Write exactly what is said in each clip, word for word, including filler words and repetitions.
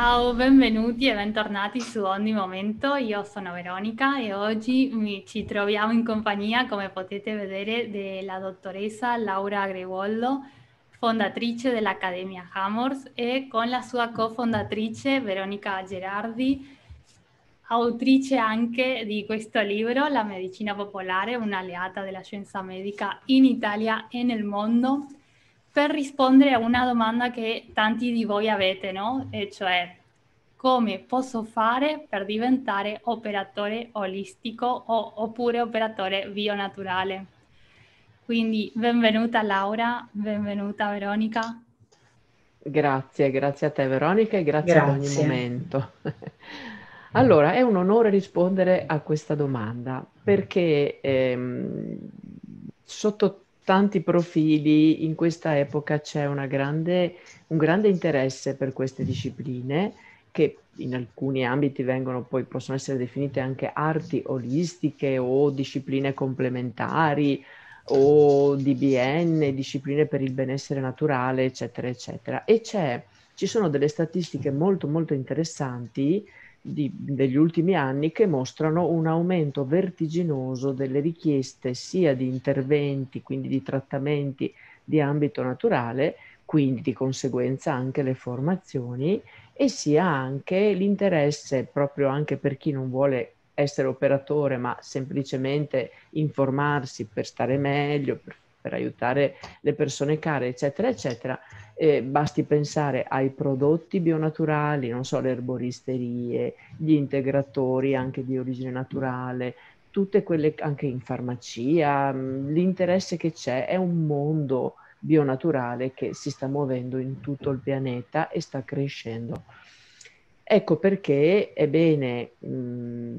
Ciao, benvenuti e bentornati su Ogni Momento. Io sono Veronica e oggi mi- ci troviamo in compagnia, come potete vedere, della dottoressa Laura Agrebollo, fondatrice dell'Accademia Hammers, e con la sua cofondatrice Veronica Gerardi, autrice anche di questo libro, La medicina popolare, un'alleata della scienza medica in Italia e nel mondo, per rispondere a una domanda che tanti di voi avete, no? E cioè, come posso fare per diventare operatore olistico o, oppure operatore bionaturale? Quindi benvenuta Laura, benvenuta Veronica. Grazie, grazie a te Veronica e grazie ad Ogni Grazie. Momento. Allora, è un onore rispondere a questa domanda perché ehm, sotto tanti profili in questa epoca c'è una grande, un grande interesse per queste discipline che in alcuni ambiti vengono poi, possono essere definite anche arti olistiche o discipline complementari o D B N, discipline per il benessere naturale, eccetera, eccetera. E c'è, ci sono delle statistiche molto, molto interessanti di, degli ultimi anni che mostrano un aumento vertiginoso delle richieste sia di interventi, quindi di trattamenti di ambito naturale, quindi di conseguenza anche le formazioni, e sia anche l'interesse proprio anche per chi non vuole essere operatore, ma semplicemente informarsi per stare meglio, per, per aiutare le persone care, eccetera, eccetera. Eh, basti pensare ai prodotti bionaturali, non so, le erboristerie, gli integratori anche di origine naturale, tutte quelle anche in farmacia, l'interesse che c'è è un mondo bionaturale che si sta muovendo in tutto il pianeta e sta crescendo. Ecco perché è bene mh,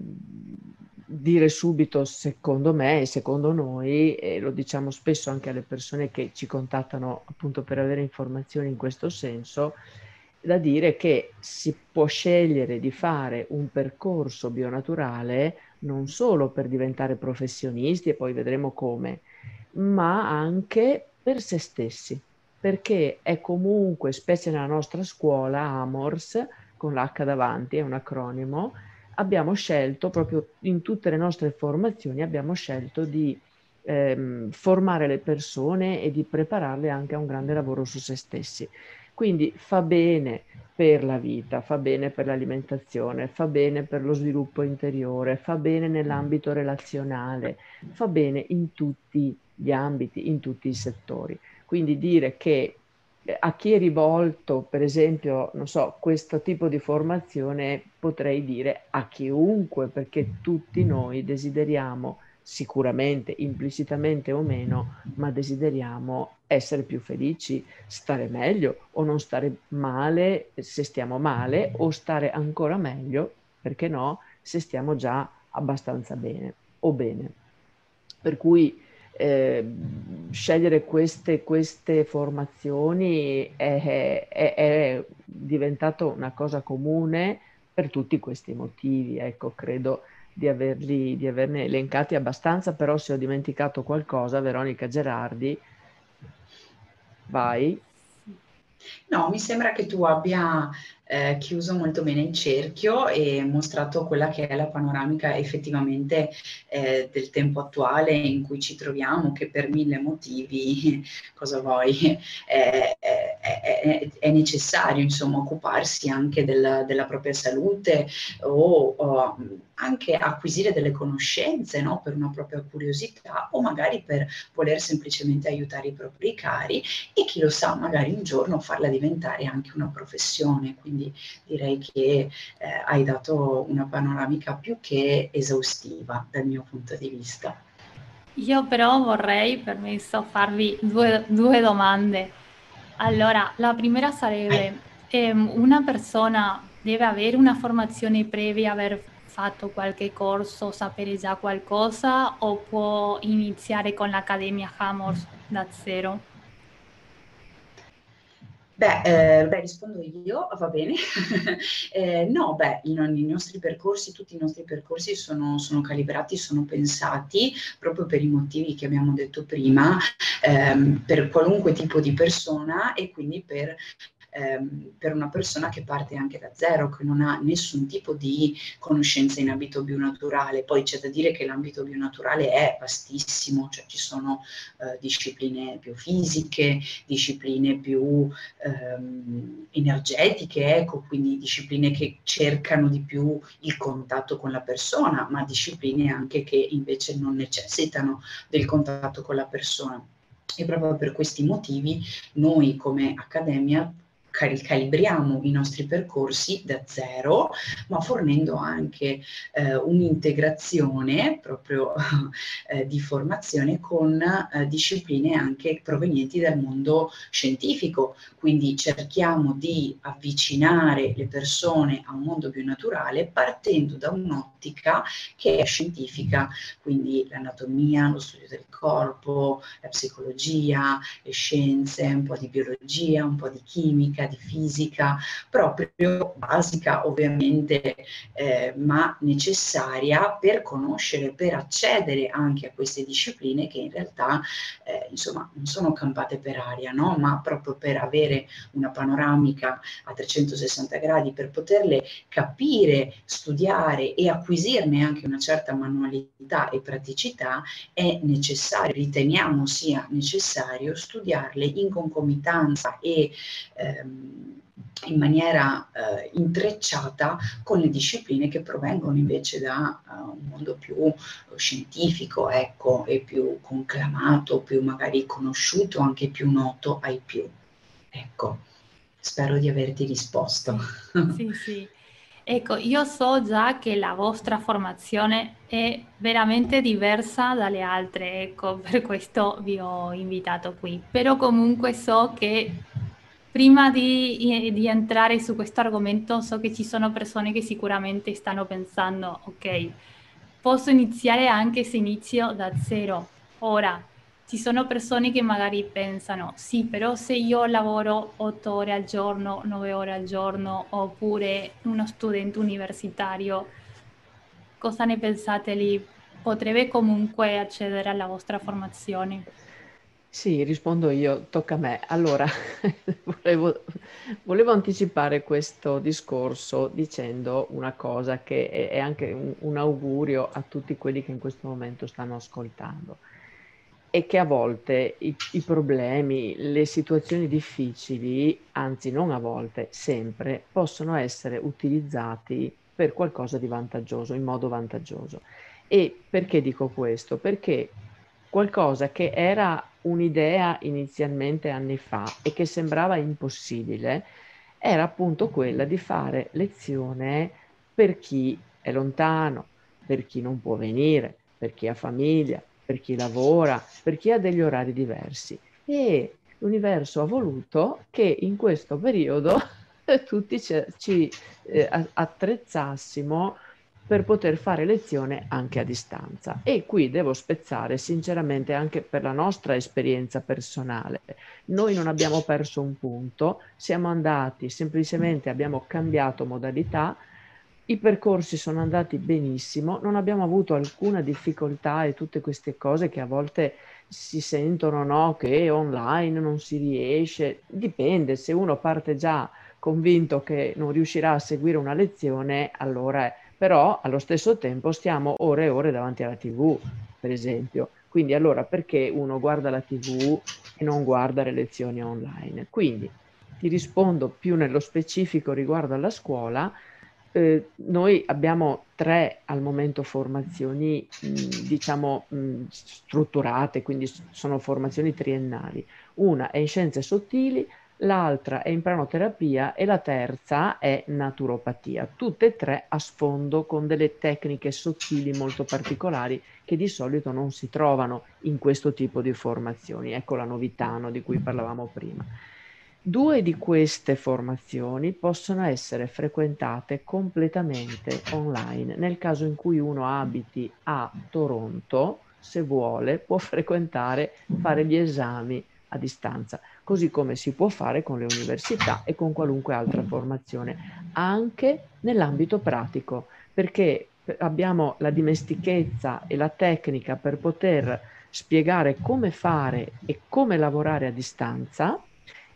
dire subito, secondo me e secondo noi, e lo diciamo spesso anche alle persone che ci contattano appunto per avere informazioni in questo senso, da dire che si può scegliere di fare un percorso bionaturale non solo per diventare professionisti, e poi vedremo come, ma anche per se stessi, perché è comunque, specie nella nostra scuola, Amors, con l'H davanti, è un acronimo, abbiamo scelto proprio in tutte le nostre formazioni, abbiamo scelto di ehm, formare le persone e di prepararle anche a un grande lavoro su se stessi. Quindi fa bene per la vita, fa bene per l'alimentazione, fa bene per lo sviluppo interiore, fa bene nell'ambito relazionale, fa bene in tutti gli ambiti, in tutti i settori. Quindi dire che eh, a chi è rivolto, per esempio, non so, questo tipo di formazione, potrei dire a chiunque, perché tutti noi desideriamo sicuramente, implicitamente o meno, ma desideriamo essere più felici, stare meglio o non stare male se stiamo male, o stare ancora meglio, perché no, se stiamo già abbastanza bene o bene. Per cui eh, scegliere queste, queste formazioni è, è, è diventato una cosa comune per tutti questi motivi. Ecco, credo di averli, di averne elencati abbastanza, però se ho dimenticato qualcosa, Veronica Gerardi, vai. No, mi sembra che tu abbia eh, chiuso molto bene il cerchio e mostrato quella che è la panoramica effettivamente eh, del tempo attuale in cui ci troviamo, che per mille motivi, cosa vuoi, è, è- è- è necessario insomma occuparsi anche del- della propria salute o, o anche acquisire delle conoscenze, no? Per una propria curiosità o magari per voler semplicemente aiutare i propri cari e chi lo sa, magari un giorno farla diventare anche una professione. Quindi direi che eh, hai dato una panoramica più che esaustiva dal mio punto di vista. Io però vorrei, permesso, farvi due, due domande. Allora, la prima Vai. sarebbe, ehm, una persona deve avere una formazione previa, aver fatto qualche corso, sapere già qualcosa o può iniziare con l'Accademia Hammers da zero? Beh, eh, beh, rispondo io, va bene. Eh, no, beh, i, i nostri percorsi, tutti i nostri percorsi sono, sono calibrati, sono pensati proprio per i motivi che abbiamo detto prima, ehm, per qualunque tipo di persona e quindi per ehm, per una persona che parte anche da zero, che non ha nessun tipo di conoscenza in ambito bionaturale. Poi c'è da dire che l'ambito bionaturale è vastissimo, cioè ci sono eh, discipline biofisiche, discipline più ehm, energetiche, ecco, quindi discipline che cercano di più il contatto con la persona, ma discipline anche che invece non necessitano del contatto con la persona. E proprio per questi motivi noi come Accademia calibriamo i nostri percorsi da zero, ma fornendo anche eh, un'integrazione proprio eh, di formazione con eh, discipline anche provenienti dal mondo scientifico. Quindi cerchiamo di avvicinare le persone a un mondo più naturale partendo da un'ottica che è scientifica, quindi l'anatomia, lo studio del corpo, la psicologia, le scienze, un po' di biologia, un po' di chimica, di fisica, proprio basica ovviamente, eh, ma necessaria per conoscere, per accedere anche a queste discipline che in realtà eh, insomma non sono campate per aria, no? Ma proprio per avere una panoramica a trecentosessanta gradi, per poterle capire, studiare e acquisirne anche una certa manualità e praticità, è necessario, riteniamo sia necessario studiarle in concomitanza e ehm, in maniera eh, intrecciata con le discipline che provengono invece da uh, un mondo più scientifico, ecco, e più conclamato, più magari conosciuto, anche più noto ai più. Ecco, spero di averti risposto. Sì, sì. Ecco, io so già che la vostra formazione è veramente diversa dalle altre, ecco, per questo vi ho invitato qui. Però comunque so che prima di, di entrare su questo argomento, so che ci sono persone che sicuramente stanno pensando, ok, posso iniziare anche se inizio da zero. Ora, ci sono persone che magari pensano, sì, però se io lavoro otto ore al giorno, nove ore al giorno, oppure uno studente universitario, cosa ne pensate lì? Potrebbe comunque accedere alla vostra formazione? Sì, rispondo io, tocca a me. Allora, volevo, volevo anticipare questo discorso dicendo una cosa che è, è anche un, un augurio a tutti quelli che in questo momento stanno ascoltando. E che a volte i, i problemi, le situazioni difficili, anzi non a volte, sempre, possono essere utilizzati per qualcosa di vantaggioso, in modo vantaggioso. E perché dico questo? Perché qualcosa che era un'idea inizialmente anni fa e che sembrava impossibile, era appunto quella di fare lezione per chi è lontano, per chi non può venire, per chi ha famiglia, per chi lavora, per chi ha degli orari diversi. E l'universo ha voluto che in questo periodo tutti ci, ci eh, attrezzassimo per poter fare lezione anche a distanza. E qui devo spezzare sinceramente anche per la nostra esperienza personale. Noi non abbiamo perso un punto, siamo andati, semplicemente abbiamo cambiato modalità, i percorsi sono andati benissimo, non abbiamo avuto alcuna difficoltà e tutte queste cose che a volte si sentono, no, che online non si riesce, dipende, se uno parte già convinto che non riuscirà a seguire una lezione, allora, però allo stesso tempo stiamo ore e ore davanti alla tivù, per esempio. Quindi allora perché uno guarda la tivù e non guarda le lezioni online? Quindi ti rispondo più nello specifico riguardo alla scuola. Eh, noi abbiamo tre al momento formazioni, mh, diciamo, mh, strutturate, quindi sono formazioni triennali. Una è in scienze sottili, l'altra è in pranoterapia e la terza è naturopatia. Tutte e tre a sfondo con delle tecniche sottili molto particolari che di solito non si trovano in questo tipo di formazioni. Ecco la novità, no, di cui parlavamo prima. Due di queste formazioni possono essere frequentate completamente online. Nel caso in cui uno abiti a Toronto, se vuole, può frequentare, fare gli esami a distanza, così come si può fare con le università e con qualunque altra formazione, anche nell'ambito pratico, perché abbiamo la dimestichezza e la tecnica per poter spiegare come fare e come lavorare a distanza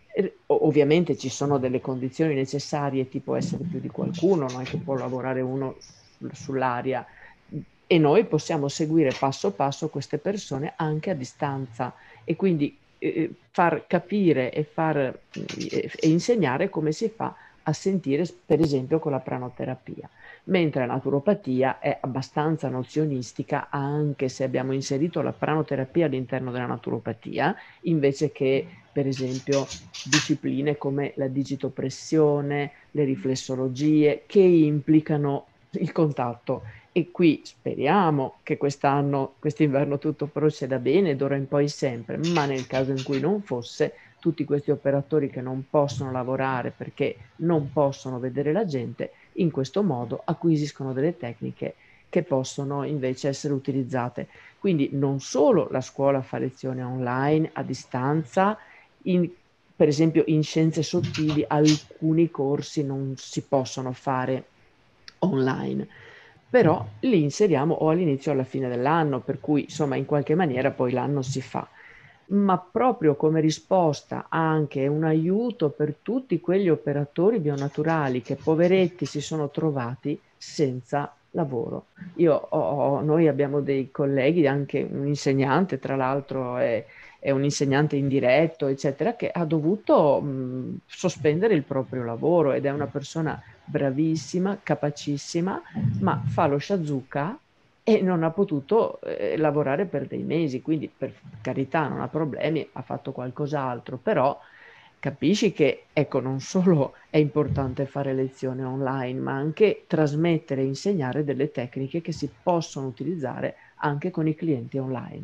Eh, o- Ovviamente ci sono delle condizioni necessarie, tipo essere più di qualcuno, non è che può lavorare uno sul- sull'aria, e noi possiamo seguire passo passo queste persone anche a distanza e quindi eh, far capire e, far, e, e insegnare come si fa a sentire, per esempio, con la pranoterapia. Mentre la naturopatia è abbastanza nozionistica, anche se abbiamo inserito la pranoterapia all'interno della naturopatia, invece che, per esempio, discipline come la digitopressione, le riflessologie, che implicano il contatto. E qui speriamo che quest'anno, quest'inverno tutto proceda bene, d'ora in poi sempre, ma nel caso in cui non fosse, tutti questi operatori che non possono lavorare perché non possono vedere la gente, in questo modo acquisiscono delle tecniche che possono invece essere utilizzate. Quindi non solo la scuola fa lezioni online a distanza, in, per esempio in scienze sottili alcuni corsi non si possono fare online, però li inseriamo o all'inizio o alla fine dell'anno, per cui insomma in qualche maniera poi l'anno si fa. Ma proprio come risposta anche un aiuto per tutti quegli operatori bionaturali che poveretti si sono trovati senza lavoro. Io ho, noi abbiamo dei colleghi, anche un insegnante, tra l'altro è, è un insegnante indiretto, eccetera, che ha dovuto mh, sospendere il proprio lavoro ed è una persona bravissima, capacissima, ma fa lo shazuka e non ha potuto eh, lavorare per dei mesi, quindi per carità non ha problemi, ha fatto qualcos'altro, però capisci che, ecco, non solo è importante fare lezioni online, ma anche trasmettere e insegnare delle tecniche che si possono utilizzare anche con i clienti online.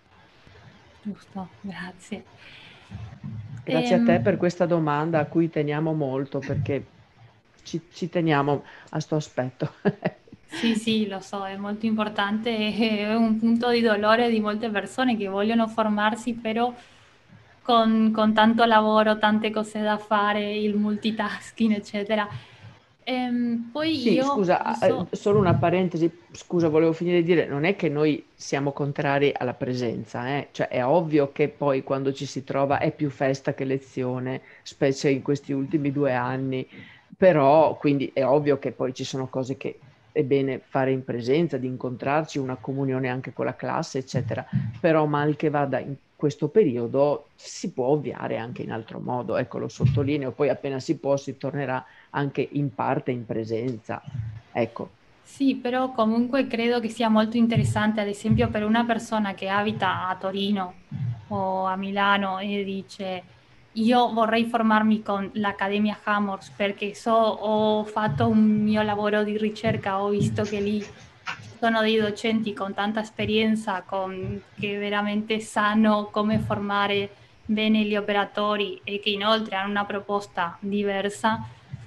Giusto, grazie. Grazie a te per Ehm, questa domanda a cui teniamo molto perché ci, ci teniamo a sto aspetto. Sì, sì, lo so, è molto importante, è un punto di dolore di molte persone che vogliono formarsi, però con, con tanto lavoro, tante cose da fare, il multitasking, eccetera. Ehm, poi Sì, io scusa, eh, uso... solo una parentesi, scusa, volevo finire di dire, non è che noi siamo contrari alla presenza, eh? Cioè è ovvio che poi quando ci si trova è più festa che lezione, specie in questi ultimi due anni, però quindi è ovvio che poi ci sono cose che è bene fare in presenza, di incontrarci, una comunione anche con la classe, eccetera, però mal che vada in questo periodo si può ovviare anche in altro modo, ecco, lo sottolineo, poi appena si può si tornerà anche in parte in presenza. Ecco, Sì, però comunque credo che sia molto interessante, ad esempio per una persona che abita a Torino o a Milano e dice io vorrei formarmi con l'Accademia Hammers perché so, ho fatto un mio lavoro di ricerca, ho visto che lì ci sono dei docenti con tanta esperienza, con, che veramente sanno come formare bene gli operatori e che inoltre hanno una proposta diversa.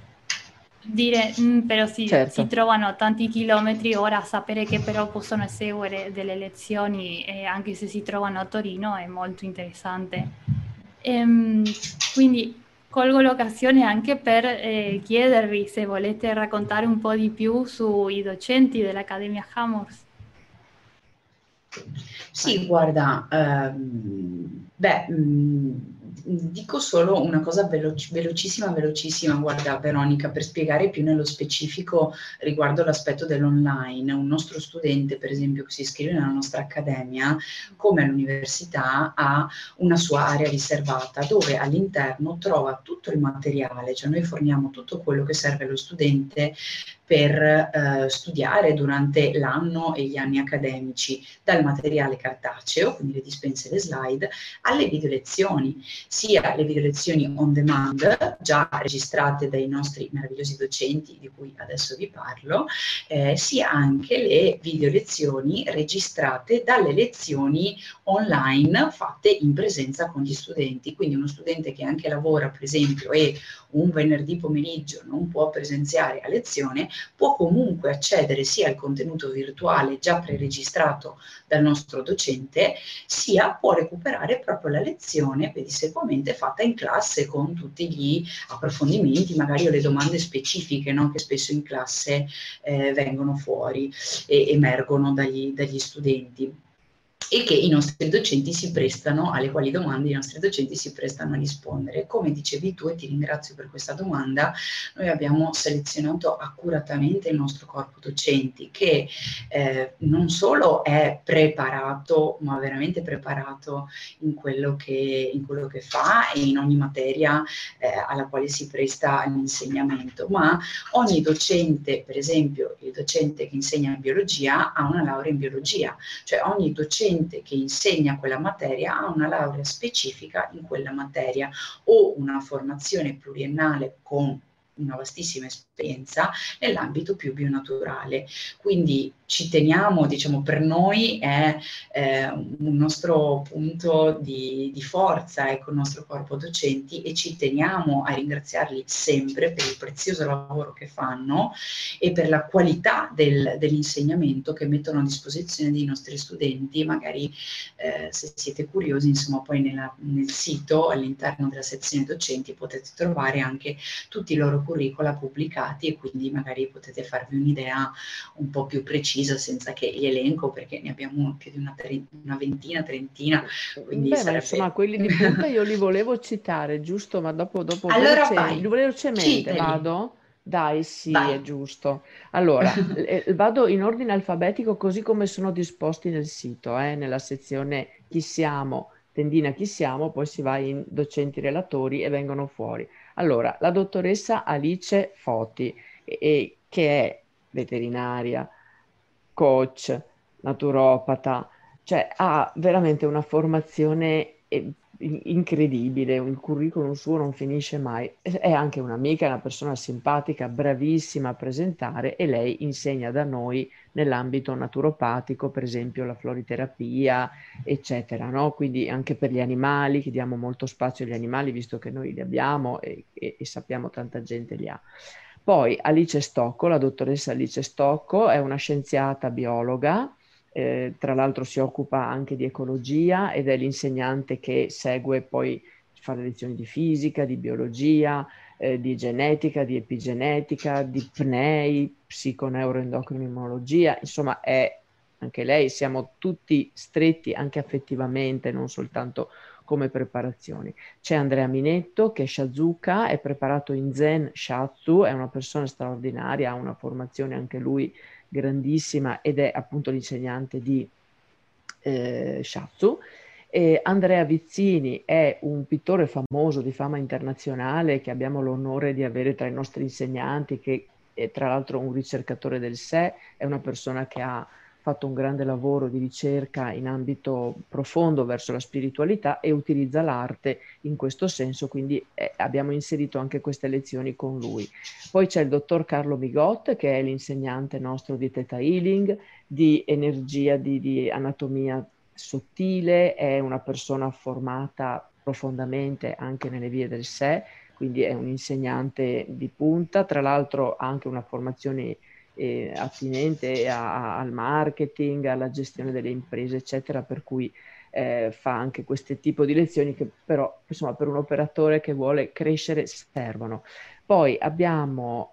Dire, "Mm, però si, si certo. trovano a tanti chilometri, ora sapere che però possono eseguire delle lezioni eh, anche se si trovano a Torino è molto interessante. Ehm, quindi colgo l'occasione anche per eh, chiedervi se volete raccontare un po' di più sui docenti dell'Accademia Hammers. Sì, guarda, ehm, beh, mh, dico solo una cosa veloc- velocissima, velocissima, guarda Veronica, per spiegare più nello specifico riguardo l'aspetto dell'online. Un nostro studente, per esempio, che si iscrive nella nostra accademia, come all'università, ha una sua area riservata dove all'interno trova tutto il materiale, cioè noi forniamo tutto quello che serve allo studente per eh, studiare durante l'anno e gli anni accademici, dal materiale cartaceo, quindi le dispense e le slide, alle video lezioni, sia le video lezioni on demand, già registrate dai nostri meravigliosi docenti di cui adesso vi parlo, eh, sia anche le video lezioni registrate dalle lezioni online fatte in presenza con gli studenti. Quindi uno studente che anche lavora, per esempio, e un venerdì pomeriggio non può presenziare a lezione, può comunque accedere sia al contenuto virtuale già preregistrato dal nostro docente, sia può recuperare proprio la lezione pedissequamente fatta in classe con tutti gli approfondimenti, magari o le domande specifiche, no, che spesso in classe eh, vengono fuori e emergono dagli, dagli studenti. e che i nostri docenti si prestano, alle quali domande i nostri docenti si prestano a rispondere. Come dicevi tu, e ti ringrazio per questa domanda, noi abbiamo selezionato accuratamente il nostro corpo docenti che eh, non solo è preparato, ma veramente preparato in quello che, in quello che fa e in ogni materia eh, alla quale si presta all'insegnamento, ma ogni docente, per esempio il docente che insegna biologia ha una laurea in biologia, cioè ogni docente che insegna quella materia ha una laurea specifica in quella materia o una formazione pluriennale con una vastissima esperienza nell'ambito più bionaturale. Quindi ci teniamo, diciamo, per noi è eh, un nostro punto di, di forza, ecco, il nostro corpo docenti, e ci teniamo a ringraziarli sempre per il prezioso lavoro che fanno e per la qualità del, dell'insegnamento che mettono a disposizione dei nostri studenti. Magari eh, se siete curiosi, insomma, poi nella, nel sito all'interno della sezione docenti potete trovare anche tutti i loro curricula pubblicati, e quindi magari potete farvi un'idea un po' più precisa senza che li elenco, perché ne abbiamo più di una, tre, una ventina, trentina, quindi Beh, sarebbe... ma insomma, quelli di punta io li volevo citare, giusto? Ma dopo, dopo Allora veloce- vai, velocemente citali, vado? Dai, sì, vai. è giusto. Allora, eh, vado in ordine alfabetico così come sono disposti nel sito, eh, nella sezione chi siamo, tendina chi siamo, poi si va in docenti relatori e vengono fuori. Allora, la dottoressa Alice Foti, e- e- che è veterinaria, coach, naturopata, cioè ha veramente una formazione eh, in- incredibile, il curriculum suo non finisce mai. È anche un'amica, è una persona simpatica, bravissima a presentare, e lei insegna da noi nell'ambito naturopatico, per esempio la floriterapia, eccetera, no? Quindi anche per gli animali, che diamo molto spazio agli animali, visto che noi li abbiamo e, e- e sappiamo tanta gente li ha. Poi Alice Stocco, la dottoressa Alice Stocco, è una scienziata biologa, eh, tra l'altro si occupa anche di ecologia ed è l'insegnante che segue poi, fa le lezioni di fisica, di biologia, eh, di genetica, di epigenetica, di P N E I, psiconeuroendocrinologia, insomma è anche lei, siamo tutti stretti anche affettivamente, non soltanto come preparazioni. C'è Andrea Minetto che è Shazuka, è preparato in Zen Shatsu, è una persona straordinaria, ha una formazione anche lui grandissima ed è appunto l'insegnante di eh, Shatsu. E Andrea Vizzini è un pittore famoso di fama internazionale che abbiamo l'onore di avere tra i nostri insegnanti, che è tra l'altro un ricercatore del sé, è una persona che ha fatto un grande lavoro di ricerca in ambito profondo verso la spiritualità e utilizza l'arte in questo senso, quindi eh, abbiamo inserito anche queste lezioni con lui. Poi c'è il dottor Carlo Bigot, che è l'insegnante nostro di Theta Healing, di energia, di, di anatomia sottile, è una persona formata profondamente anche nelle vie del sé, quindi è un insegnante di punta, tra l'altro ha anche una formazione eh, attinente a, a, al marketing, alla gestione delle imprese, eccetera, per cui eh, fa anche questo tipo di lezioni che però, insomma, per un operatore che vuole crescere servono. Poi abbiamo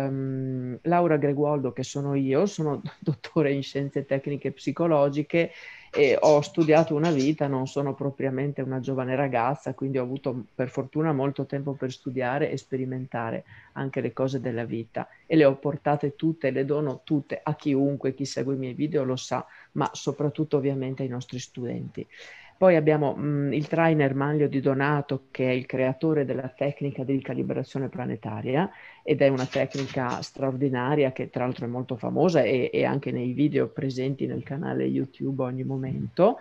ehm, Laura Greguoldo, che sono io, sono dottore in scienze tecniche psicologiche e ho studiato una vita, non sono propriamente una giovane ragazza, quindi ho avuto per fortuna molto tempo per studiare e sperimentare anche le cose della vita, e le ho portate tutte, le dono tutte a chiunque, chi segue i miei video lo sa, ma soprattutto ovviamente ai nostri studenti. Poi abbiamo mh, il trainer Manlio Di Donato, che è il creatore della tecnica di ricalibrazione planetaria, ed è una tecnica straordinaria che tra l'altro è molto famosa e, e anche nei video presenti nel canale YouTube ogni momento.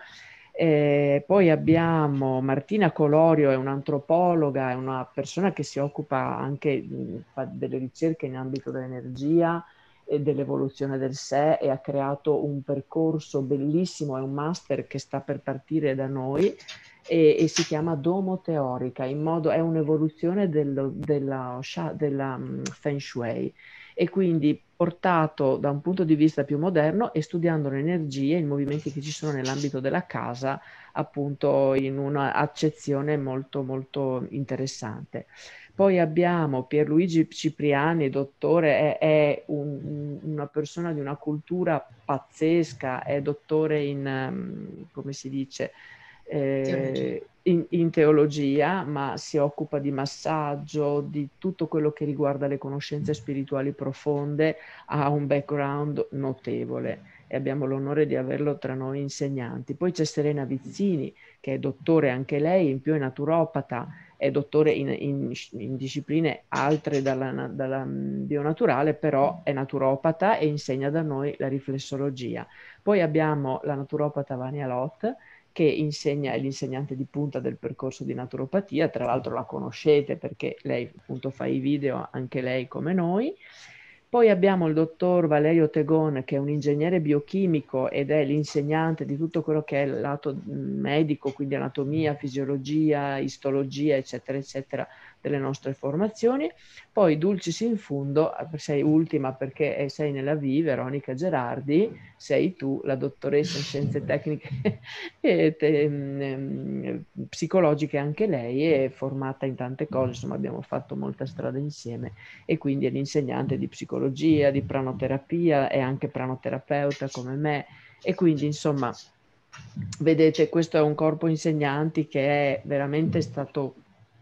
Eh, poi abbiamo Martina Colorio, è un'antropologa, è una persona che si occupa anche, mh, fa delle ricerche in ambito dell'energia e dell'evoluzione del sé, e ha creato un percorso bellissimo, è un master che sta per partire da noi e, e si chiama Domo Teorica, in modo, è un'evoluzione dello, della, della um, Feng Shui, e quindi portato da un punto di vista più moderno e studiando le energie, i movimenti che ci sono nell'ambito della casa, appunto in un'accezione molto molto interessante. Poi abbiamo Pierluigi Cipriani, dottore, è, è un, una persona di una cultura pazzesca, è dottore in, um, come si dice, eh, in, in teologia, ma si occupa di massaggio, di tutto quello che riguarda le conoscenze spirituali profonde, ha un background notevole e abbiamo l'onore di averlo tra noi insegnanti. Poi c'è Serena Vizzini, che è dottore anche lei, in più è naturopata, è dottore in, in, in discipline altre dalla, dalla bionaturale, però è naturopata e insegna da noi la riflessologia. Poi abbiamo la naturopata Vania Lot, che insegna, è l'insegnante di punta del percorso di naturopatia, tra l'altro la conoscete perché lei appunto fa i video, anche lei come noi. Poi abbiamo il dottor Valerio Tegon, che è un ingegnere biochimico ed è l'insegnante di tutto quello che è il lato medico, quindi anatomia, fisiologia, istologia, eccetera, eccetera, delle nostre formazioni. Poi dulcis in fundo, sei ultima perché sei nella V, Veronica Gerardi, sei tu, la dottoressa in scienze tecniche e te, mh, psicologiche anche lei, è formata in tante cose, insomma abbiamo fatto molta strada insieme e quindi è l'insegnante di psicologia, di pranoterapia, è anche pranoterapeuta come me e quindi insomma vedete questo è un corpo insegnanti che è veramente stato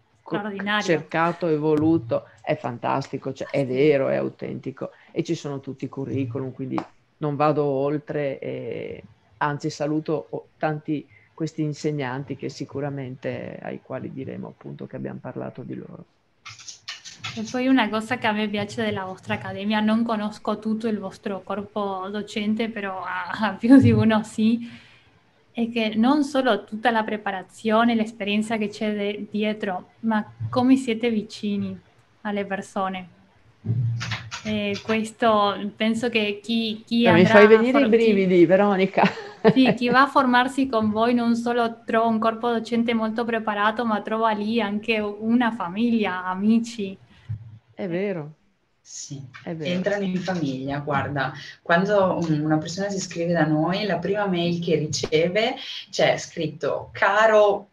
cercato e voluto, è fantastico, cioè, è vero, è autentico e ci sono tutti i curriculum, quindi non vado oltre, e, anzi saluto tanti questi insegnanti che sicuramente ai quali diremo appunto che abbiamo parlato di loro. E poi una cosa che a me piace della vostra accademia, non conosco tutto il vostro corpo docente, però a, a più di uno sì, è che non solo tutta la preparazione, l'esperienza che c'è de- dietro, ma come siete vicini alle persone. E questo penso che chi, chi Mi andrà fai venire for- i brividi, chi, Veronica. sì, chi va a formarsi con voi non solo trova un corpo docente molto preparato, ma trova lì anche una famiglia, amici. È vero. Sì, è vero. entrano in famiglia. Guarda, quando una persona si iscrive da noi, la prima mail che riceve c'è scritto: caro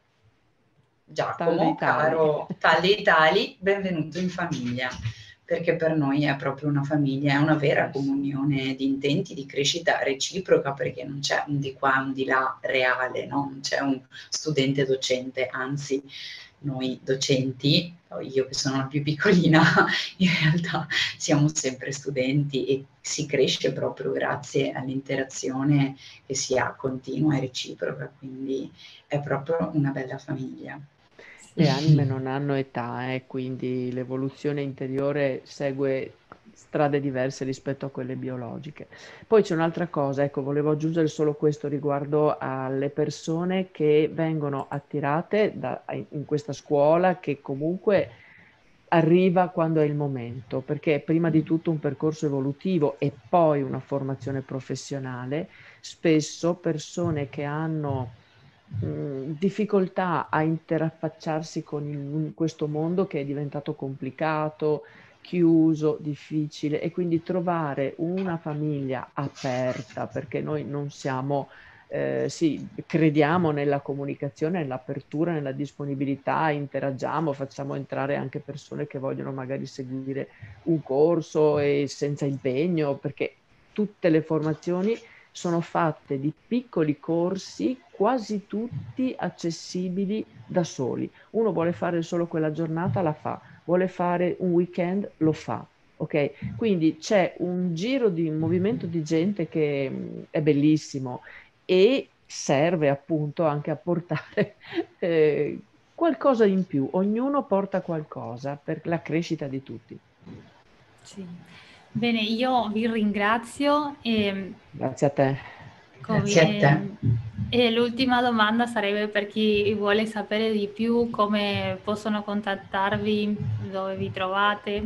Giacomo, caro tal dei tali, benvenuto in famiglia. Perché per noi è proprio una famiglia, è una vera comunione di intenti, di crescita reciproca, perché non c'è un di qua, un di là reale, no? Non c'è un studente docente, anzi noi docenti, io che sono la più piccolina, in realtà siamo sempre studenti e si cresce proprio grazie all'interazione che sia continua e reciproca, quindi è proprio una bella famiglia. Le anime non hanno età, eh, quindi l'evoluzione interiore segue strade diverse rispetto a quelle biologiche. Poi c'è un'altra cosa, ecco, volevo aggiungere solo questo riguardo alle persone che vengono attirate da, in questa scuola, che comunque arriva quando è il momento, perché è prima di tutto un percorso evolutivo e poi una formazione professionale. Spesso persone che hanno mh, difficoltà a interfacciarsi con il, questo mondo che è diventato complicato, chiuso, difficile, e quindi trovare una famiglia aperta, perché noi non siamo eh, sì, crediamo nella comunicazione, nell'apertura, nella disponibilità, interagiamo, facciamo entrare anche persone che vogliono magari seguire un corso e senza impegno, perché tutte le formazioni sono fatte di piccoli corsi, quasi tutti accessibili da soli. Uno vuole fare solo quella giornata, la fa, vuole fare un weekend, lo fa. Ok, quindi c'è un giro di un movimento di gente che mh, è bellissimo e serve appunto anche a portare eh, qualcosa in più. Ognuno porta qualcosa per la crescita di tutti. Sì. Bene, io vi ringrazio. E, Grazie a te. Grazie a te. E, e l'ultima domanda sarebbe per chi vuole sapere di più, come possono contattarvi, dove vi trovate?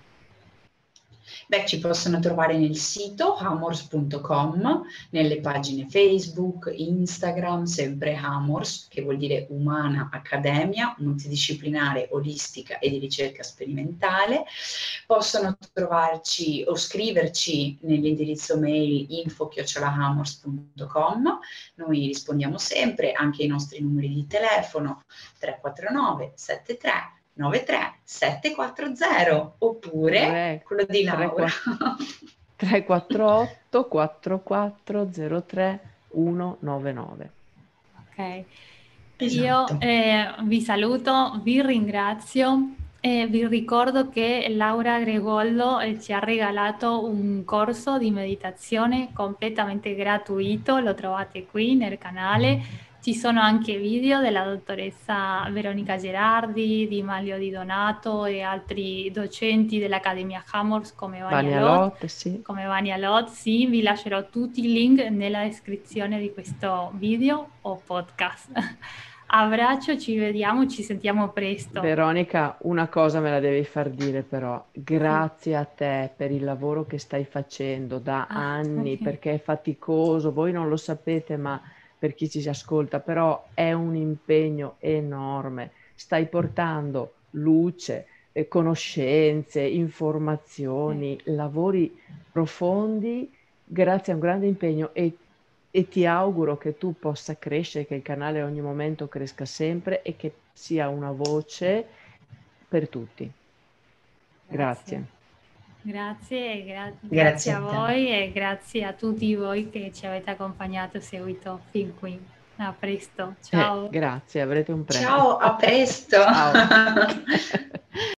Beh, ci possono trovare nel sito hamors punto com, nelle pagine Facebook, Instagram, sempre Hamors, che vuol dire Umana Accademia, multidisciplinare, olistica e di ricerca sperimentale. Possono trovarci o scriverci nell'indirizzo mail info chiocciola hamors punto com. Noi rispondiamo sempre, anche ai nostri numeri di telefono tre quattro nove sette tre nove tre sette quattro zero oppure tre, quello di Laura. tre quattro otto quattro quattro zero tre uno nove nove. Ok, Esatto. io eh, vi saluto, vi ringrazio e vi ricordo che Laura Gregollo eh, ci ha regalato un corso di meditazione completamente gratuito, lo trovate qui nel canale. Ci sono anche video della dottoressa Veronica Gerardi, di Manlio Di Donato e altri docenti dell'Accademia Hammers come Vania Vania Lot. Lot, sì. Come Vania Lot, sì, vi lascerò tutti i link nella descrizione di questo video o podcast. Abbraccio, ci vediamo, ci sentiamo presto. Veronica, una cosa me la devi far dire però, Sì. grazie a te per il lavoro che stai facendo da Ah, anni, ok. perché è faticoso, voi non lo sapete, ma per chi ci ascolta, però è un impegno enorme. Stai portando luce, eh, conoscenze, informazioni, lavori profondi grazie a un grande impegno e, e ti auguro che tu possa crescere, che il canale a ogni momento cresca sempre e che sia una voce per tutti. Grazie. Grazie, e gra- grazie, Grazie a a te. voi e grazie a tutti voi che ci avete accompagnato e seguito fin qui. A presto, ciao. Eh, grazie, avrete un premio. Ciao, a presto. Ciao.